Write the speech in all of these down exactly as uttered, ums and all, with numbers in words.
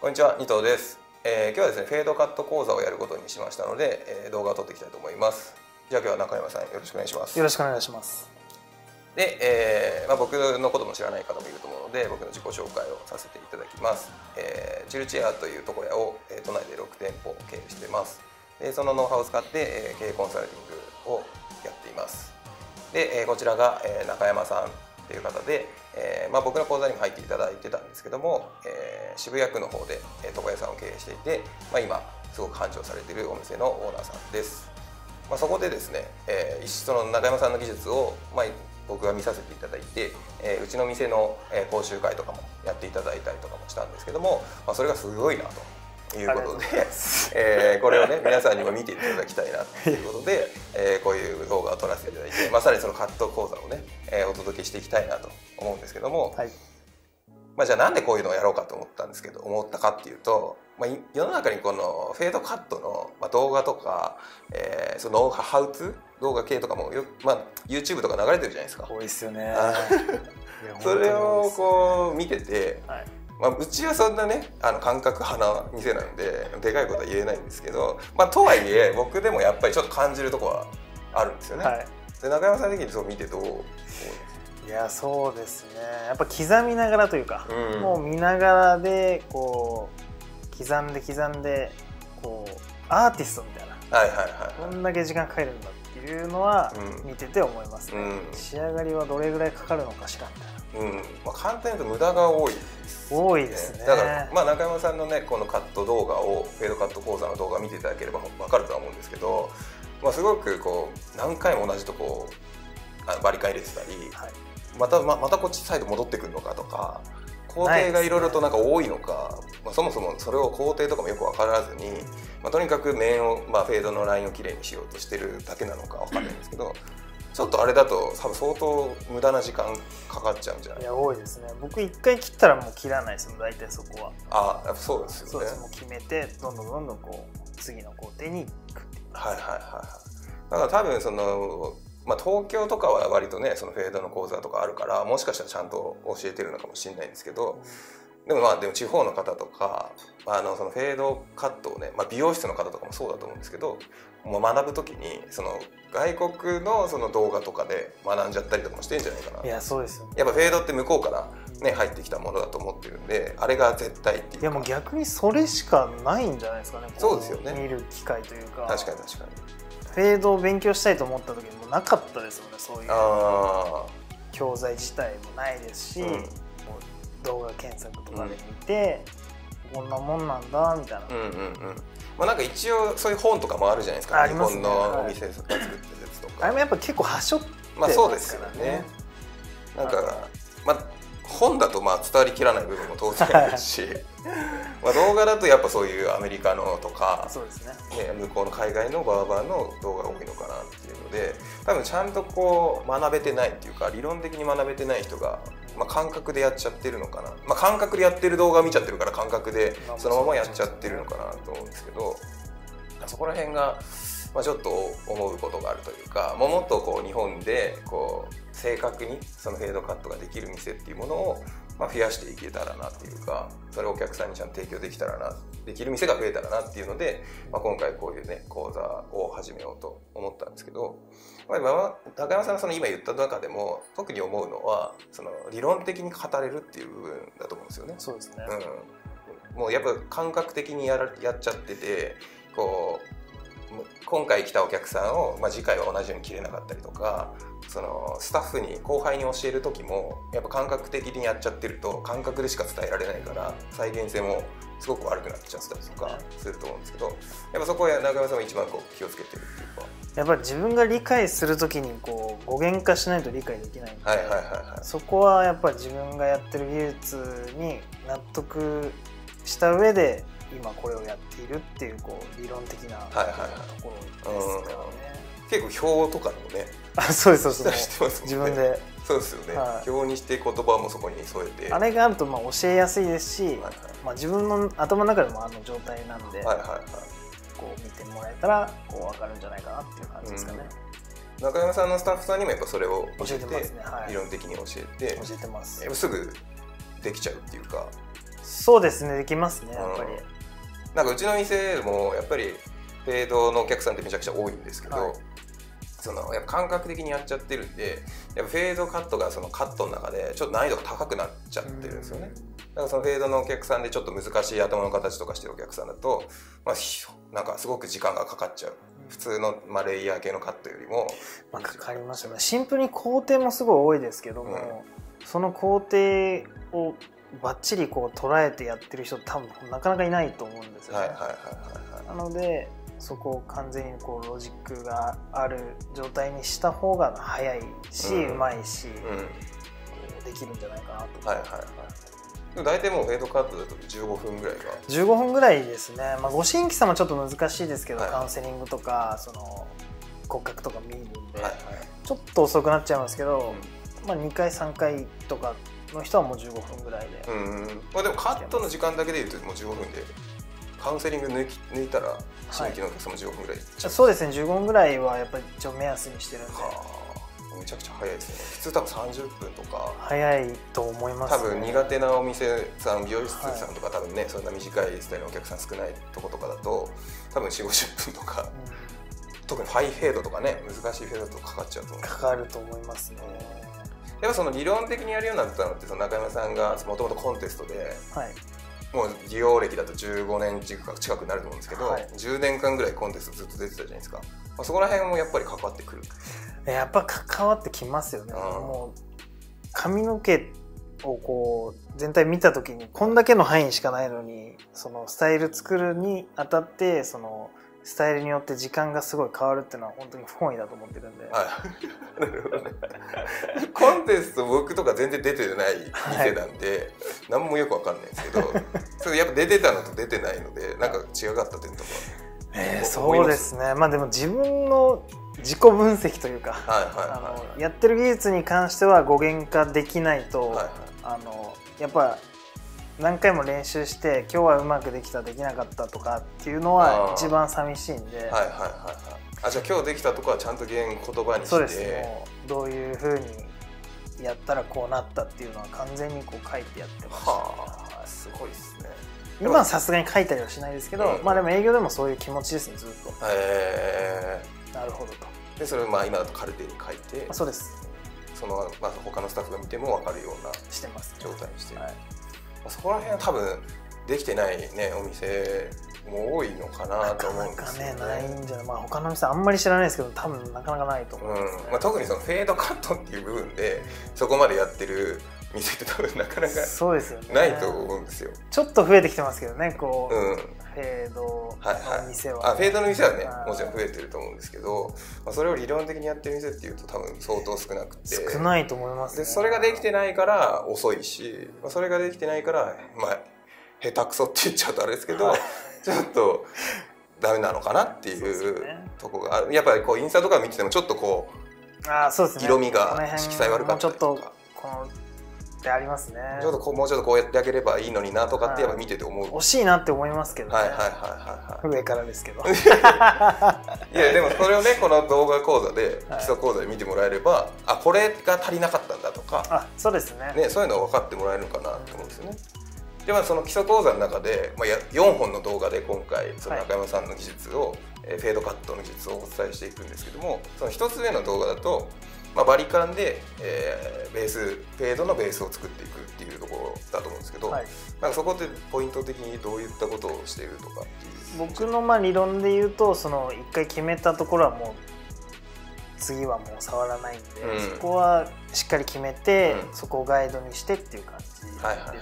こんにちは、二藤です。えー、今日はですね、フェードカット講座をやることにしましたので、えー、動画を撮っていきたいと思います。じゃあ今日は中山さんよろしくお願いします。 よろしくお願いします。 で、えーまあ、僕のことも知らない方もいると思うので、僕の自己紹介をさせていただきます。えー、チルチェアという床屋を、えー、都内でろくてんぽ経営しています。でそのノウハウを使って、えー、経営コンサルティングをやっています。で、えー、こちらが、えー、中山さんという方で、えーまあ、僕の講座にも入っていただいてたんですけども、えー、渋谷区の方で、えー、床屋さんを経営していて、まあ、今すごく繁盛されているお店のオーナーさんです。まあ、そこでですね、えー、その中山さんの技術を、まあ、僕が見させていただいて、えー、うちの店の、えー、講習会とかもやっていただいたりとかもしたんですけども、まあ、それがすごいなということで、えー、これをね皆さんにも見ていただきたいなということで、えー、こういう動画を撮らせていただいて、まあ、さらにそのカット講座をね、えー、お届けしていきたいなと思うんですけども、はい、まあ、じゃあなんでこういうのをやろうかと思ったんですけど思ったかっていうと、まあ、世の中にこのフェードカットの、まあ、動画とか、えー、そのノウハウツ動画系とかもよ、まあ、YouTube とか流れてるじゃないですか。 多いですよね。 それをこう見てて、はい、まあ、うちはそんなねあの感覚派な店なんででかいことは言えないんですけど、まあ、とはいえ僕でもやっぱりちょっと感じるところはあるんですよね。はい、で中山さん的にそう見てどう思うんですか？ いやそうですね、やっぱ刻みながらというか、うん、もう見ながらでこう刻んで刻んでこうアーティストみたいな、はいはいはいはい、こんだけ時間かかるんだっていうのは見てて思いますね。うん、仕上がりはどれぐらいかかるのかしらみたいな。うん、 まあ、簡単に言うと無駄が多いですね。 多いですね。 だから、まあ、中山さんのねこのカット動画をフェードカット講座の動画を見ていただければ分かるとは思うんですけど、まあ、すごくこう何回も同じとこをバリカン入れてたり、はい、また ま, またこっちサイド戻ってくるのかとか工程がいろいろとなんか多いのか、ね、まあ、そもそもそれを工程とかもよく分からずに、まあ、とにかく面を、まあ、フェードのラインをきれいにしようとしてるだけなのか分かんないんですけど、ちょっとあれだと多分相当無駄な時間かかっちゃうんじゃない？ いや多いですね。僕一回切ったらもう切らないですよ大体そこは。 ああやっぱそうですよね。 そうです、もう決めてどんどんどんどんこう次の工程にいくっていう。 はいはいはいはい。だから多分そのまあ、東京とかは割とねそのフェードの講座とかあるからもしかしたらちゃんと教えてるのかもしれないんですけど、うん、でもまあでも地方の方とかあのそのフェードカットをね、まあ、美容室の方とかもそうだと思うんですけど、もう学ぶときにその外国のその動画とかで学んじゃったりとかもしてんじゃないかな。 いやそうですよね。 やっぱフェードって向こうからね入ってきたものだと思ってるんで、あれが絶対っていうか。 いやもう逆にそれしかないんじゃないですかね。 そうですよね。 見る機会というか。 確かに確かに。 フェードを勉強したいと思った時にもなかったですよね。そういう教材自体もないですし、うん、動画検索とかで見て、うん、こんなもんなんだみたいな。うんうんうん。 まあなんか一応そういう本とかもあるじゃないですか。ありますね。日本のお店が作ってるやつとか。 あれもやっぱ結構はしょってますからね。まあそうですよね。なんかまあ本だとまあ伝わりきらない部分も当然あるしまあ動画だとやっぱそういうアメリカのとか、 そうですね、 ね、向こうの海外のバーバーの動画が多いのかなっていうので、多分ちゃんとこう学べてないっていうか理論的に学べてない人が、まあ、感覚でやっちゃってるのかな、まあ、感覚でやってる動画見ちゃってるから感覚でそのままやっちゃってるのかなと思うんですけど、そこら辺が、まあ、ちょっと思うことがあるというか、もっとこう日本でこう正確にそのフェードカットができる店っていうものをまあ増やしていけたらなっていうか、それをお客さんにちゃんと提供できたらな、できる店が増えたらなっていうので、まあ、今回こういうね講座を始めようと思ったんですけど、まあ、高山さんがその今言った中でも特に思うのはその理論的に語れるっていう部分だと思うんですよね。 そうですね、 うん、もうやっぱ感覚的にやらやっちゃってて、こう今回来たお客さんを、まあ、次回は同じように切れなかったりとか、そのスタッフに後輩に教える時もやっぱ感覚的にやっちゃってると感覚でしか伝えられないから再現性もすごく悪くなっちゃったりとかすると思うんですけど、やっぱそこは中山さんも一番こう気をつけてるっていうか、 やっぱり自分が理解する時にこう語源化しないと理解できないので、はいはいはいはい、そこはやっぱり自分がやってる技術に納得した上で今これをやっているっていうこう理論的なところですからね。 結構表とかにもね、 あ、そうですそうです、 ね、 自分でそうですよね、はい、表にして言葉もそこに添えて、 あれがあるとまあ教えやすいですし、はいはい、まあ、自分の頭の中でもあの状態なんで、はいはいはい、こう見てもらえたらこう分かるんじゃないかなっていう感じですかね。 うん、中山さんのスタッフさんにもやっぱそれを教えて、 教えてますね、はい、 理論的に教えて教えてます。 すぐできちゃうっていうか、 そうですね、できますねやっぱり、うん、 なんかうちの店もやっぱりフェードのお客さんってめちゃくちゃ多いんですけど、はい、そのやっぱ感覚的にやっちゃってるんで、やっぱフェードカットがそのカットの中でちょっと難易度が高くなっちゃってるんですよね。だからそのフェードのお客さんでちょっと難しい頭の形とかしてるお客さんだと、まあ、なんかすごく時間がかかっちゃう。普通の、まあ、レイヤー系のカットよりも、 まあ、かかりますよね。シンプルに工程もすごい多いですけども、うん、その工程をバッチリこう捉えてやってる人多分なかなかいないと思うんですよね。なのでそこを完全にこうロジックがある状態にした方が早いし、うん、うまいし、うん、できるんじゃないかなと。はいはいはい。 大体もうフェードカットだとじゅうごふんぐらいがじゅうごふんぐらいですね。まあ、ご新規さんもちょっと難しいですけど、はい、カウンセリングとかその骨格とか見るんで、はいはい、ちょっと遅くなっちゃいますけど、うん、まあ、にかいさんかいとかの人はもうじゅうごふんぐらいで、うん、 まあ、でもカットの時間だけでいうともうじゅうごふんでカウンセリング抜き抜いたら新規のお客さんもじゅうごふんぐらい、 はい、そうですね、じゅうごふんぐらいはやっぱり一応目安にしてるんで、 めちゃくちゃ早いですね。普通多分さんじゅっぷんとか早いと思います、ね、 多分苦手なお店さん、美容室さんとか、はい、多分ねそんな短いスタイルのお客さん少ないとことかだと多分よんじゅうごじゅっぷんとか、うん、特にハイフェードとかね難しいフェードとかかかっちゃうと思う。 かかると思いますね。 やっぱその理論的にやるようになったのってその中山さんがもともとコンテストで、はい、もう利用歴だとじゅうごねん近くになると思うんですけど、はい、じゅうねんかんぐらいコンテストずっと出てたじゃないですか。まあ、そこら辺もやっぱり関わってくる。 やっぱ関わってきますよね。もう髪の毛をこう全体見た時にこんだけの範囲しかないのに、そのスタイル作るにあたってそのスタイルによって時間がすごい変わるっていうのは本当に不本意だと思ってるんで。はい、なるほどね。 コンテスト僕とか全然出てない店なんで、はい、何もよくわかんないんですけどそれやっぱ出てたのと出てないのでなんか違かった点とか、 えー、そうですね。まあでも自分の自己分析というか、やってる技術に関しては語源化できないと、はいはい、あのやっぱ何回も練習して今日はうまくできたできなかったとかっていうのは一番寂しいんで、はいはいはいはい、 あ、じゃあ今日できたとこはちゃんと言言葉にして、 そうですね、もうどういうふうにやったらこうなったっていうのは完全にこう書いてやってました、ね。 はあ、すごいですね。 今はさすがに書いたりはしないですけど、うん、まあでも営業でもそういう気持ちですね、ずっと。へえ。なるほどと。 でそれをまあ今だとカルテに書いて、 そうです。 そのまあ他のスタッフが見ても分かるようなしてます、ね、 状態にしてる。はい、そこら辺は多分できてないねお店も多いのかなと思うんですよね。 なかなかねないんじゃない。まあ他の店あんまり知らないですけど多分なかなかないと思うんですね。 うん、まあ、特にそのフェードカットっていう部分でそこまでやってる店って多分なかなかないと思うんですよ。 ちょっと増えてきてますけどね、こう、うん、フェードの店は、ね、 はいはい、あフェードの店はねもちろん増えてると思うんですけど、まあ、それを理論的にやってる店っていうと多分相当少なくて、 少ないと思いますね。 でそれができてないから遅いし、まあ、それができてないからまあ下手くそって言っちゃうとあれですけど、はい、ちょっとダメなのかなっていうとこがある。やっぱりこうインスタとか見ててもちょっとこう、あ、そうですね、色味が色彩悪かったりとか、もうちょっとこのってありますね。ちょっとこうもうちょっとこうやってあげればいいのになとかってやっぱ見てて思う。 惜しいなって思いますけどね。はいはいはいはい、上からですけど。いやでもそれをねこの動画講座で基礎講座で見てもらえれば、はい、あこれが足りなかったんだとか、 あそうですね。 ねそういうのを分かってもらえるのかなと思うんですよね。でまあその基礎講座の中で、まあ、よんほんの動画で今回その中山さんの技術を、はい、えー、フェードカットの技術をお伝えしていくんですけども、そのひとつめの動画だと、まあ、バリカンで、えー、ベースフェードのベースを作っていくっていうところだと思うんですけど、はい、なんかそこってポイント的にどういったことをしているとかっていう。 僕のまあ理論で言うとそのいっかい決めたところはもう次はもう触らないんで、うん、そこはしっかり決めて、うん、そこをガイドにしてっていう感じですかね。はいはいはい、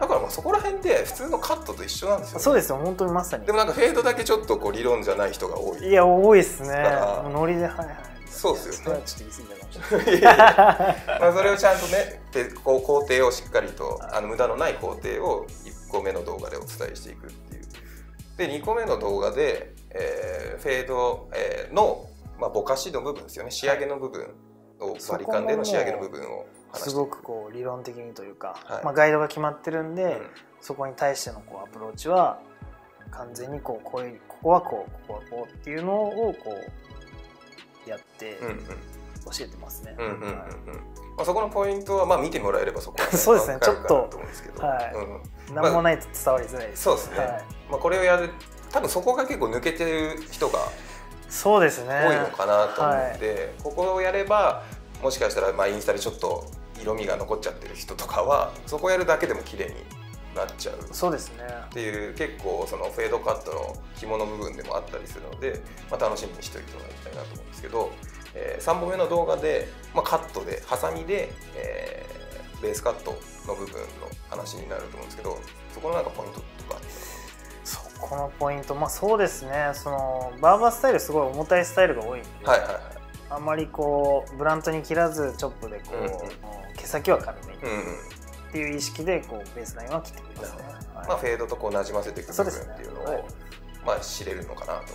だからまあそこら辺って普通のカットと一緒なんですよね。 そうですよ、本当にまさに。 でもなんかフェードだけちょっとこう理論じゃない人が多い。 いや多いですね。ノリではいはい。 そうですよね。 ちょっと言い過ぎたかもしれない。 まあそれをちゃんとね、でこう工程をしっかりとあの無駄のない工程をいっこめの動画でお伝えしていくっていう。でにこめの動画で、えー、フェード、えー、のまあぼかしの部分ですよね。仕上げの部分を、バリカンでの仕上げの部分を話していく。 すごくこう理論的にというか、はい、まあガイドが決まってるんで、うん、そこに対してのこうアプローチは完全にこうこういうここはこうここはこうっていうのをこうやって、うんうん、 教えてますね。 そこのポイントはまあ見てもらえればそこは、ね、 そうですね、ちょっと何、 うん、もないと伝わりづらいです。 そうですね、はい、まあこれをやる多分そこが結構抜けてる人がそうですね多いのかなと思って、はい、ここをやればもしかしたらまあインスタでちょっと色味が残っちゃってる人とかはそこをやるだけでも綺麗になっちゃう。 そうですねっていう結構そのフェードカットの紐の部分でもあったりするので、まあ、楽しみにしておいてもらいたいなと思うんですけど、えー、さんぼんめの動画で、まあ、カットでハサミで、えー、ベースカットの部分の話になると思うんですけど、そこのなんかポイントとか。 そこのポイント、まあそうですね、そのバーバースタイルすごい重たいスタイルが多いんで、はいはいはい、あまりこうブラントに切らずチョップでこう、うんうん、毛先は軽めに、うんうん、っていう意識でこうベースラインは切ってきますね。はい、まあフェードとこうなじませていく部分っていうのを、ね、はい、まあ知れるのかなと思います。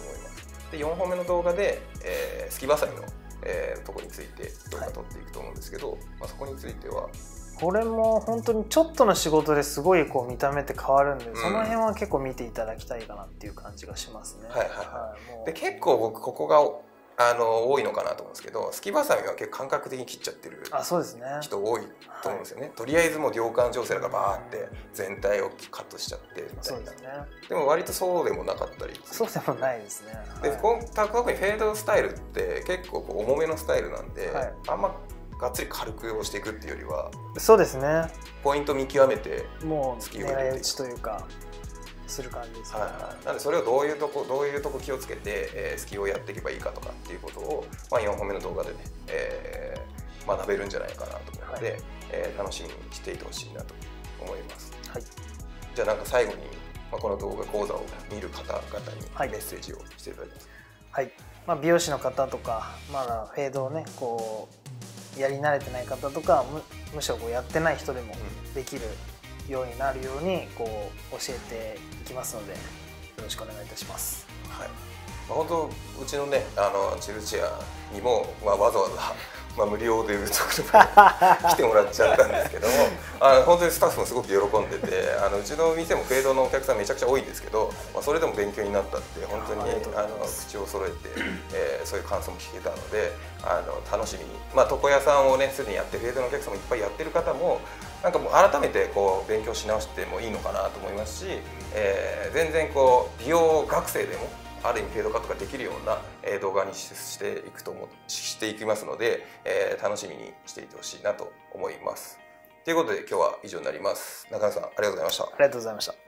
でよんほんめの動画で、えー、すきばさみの、えー、ところについて動画撮っていくと思うんですけど、はい、まあ、そこについてはこれも本当にちょっとの仕事ですごいこう見た目って変わるんで、うん、その辺は結構見ていただきたいかなっていう感じがしますね。はいはいはい、で結構僕ここがあの多いのかなと思うんですけど、すきばさみは結構感覚的に切っちゃってる人多いと思うんですよね。はい、とりあえずもう涼感調整がバーって全体をカットしちゃってみたいな。そうですね。でも割とそうでもなかったり。 そうでもないですね。 で、はい、特にフェードスタイルって結構こう重めのスタイルなんで、はい、あんまがっつり軽く押していくっていうよりは、 そうですね。 ポイント見極めてもう狙い撃ちというか。する感じですね。はいはい、 なのでそれをどういうとこどういうとこ気をつけて、えー、スキーをやっていけばいいかとかっていうことを、まあ、よんほんめの動画でね、えー、学べるんじゃないかなと思うので、はい、えー、楽しみにしていてほしいなと思います。はい、じゃあなんか最後に、まあ、この動画講座を見る方々にメッセージをしていただきます。 はい、まあ、美容師の方とか、まだフェードをねこうやり慣れてない方とか む, むしろこうやってない人でもできる、うん、ようになるようにこう教えていきますのでよろしくお願いいたします。 はい、まあ、本当うちのねあのチルチェアにも、まあ、わざわざ、まあ、無料で来てもらっちゃったんですけどもあの本当にスタッフもすごく喜んでてあのうちの店もフェードのお客さんめちゃくちゃ多いんですけど、まあ、それでも勉強になったって本当にあの口を揃えて、えー、そういう感想も聞けたのであの楽しみに、まあ、床屋さんをねすでにやってフェードのお客さんもいっぱいやってる方もなんかもう改めてこう勉強し直してもいいのかなと思いますし、えー、全然こう美容学生でもある意味フェードカットができるような動画にしていくと思していきますので、えー、楽しみにしていてほしいなと思います。ということで今日は以上になります。中野さんありがとうございました。ありがとうございました。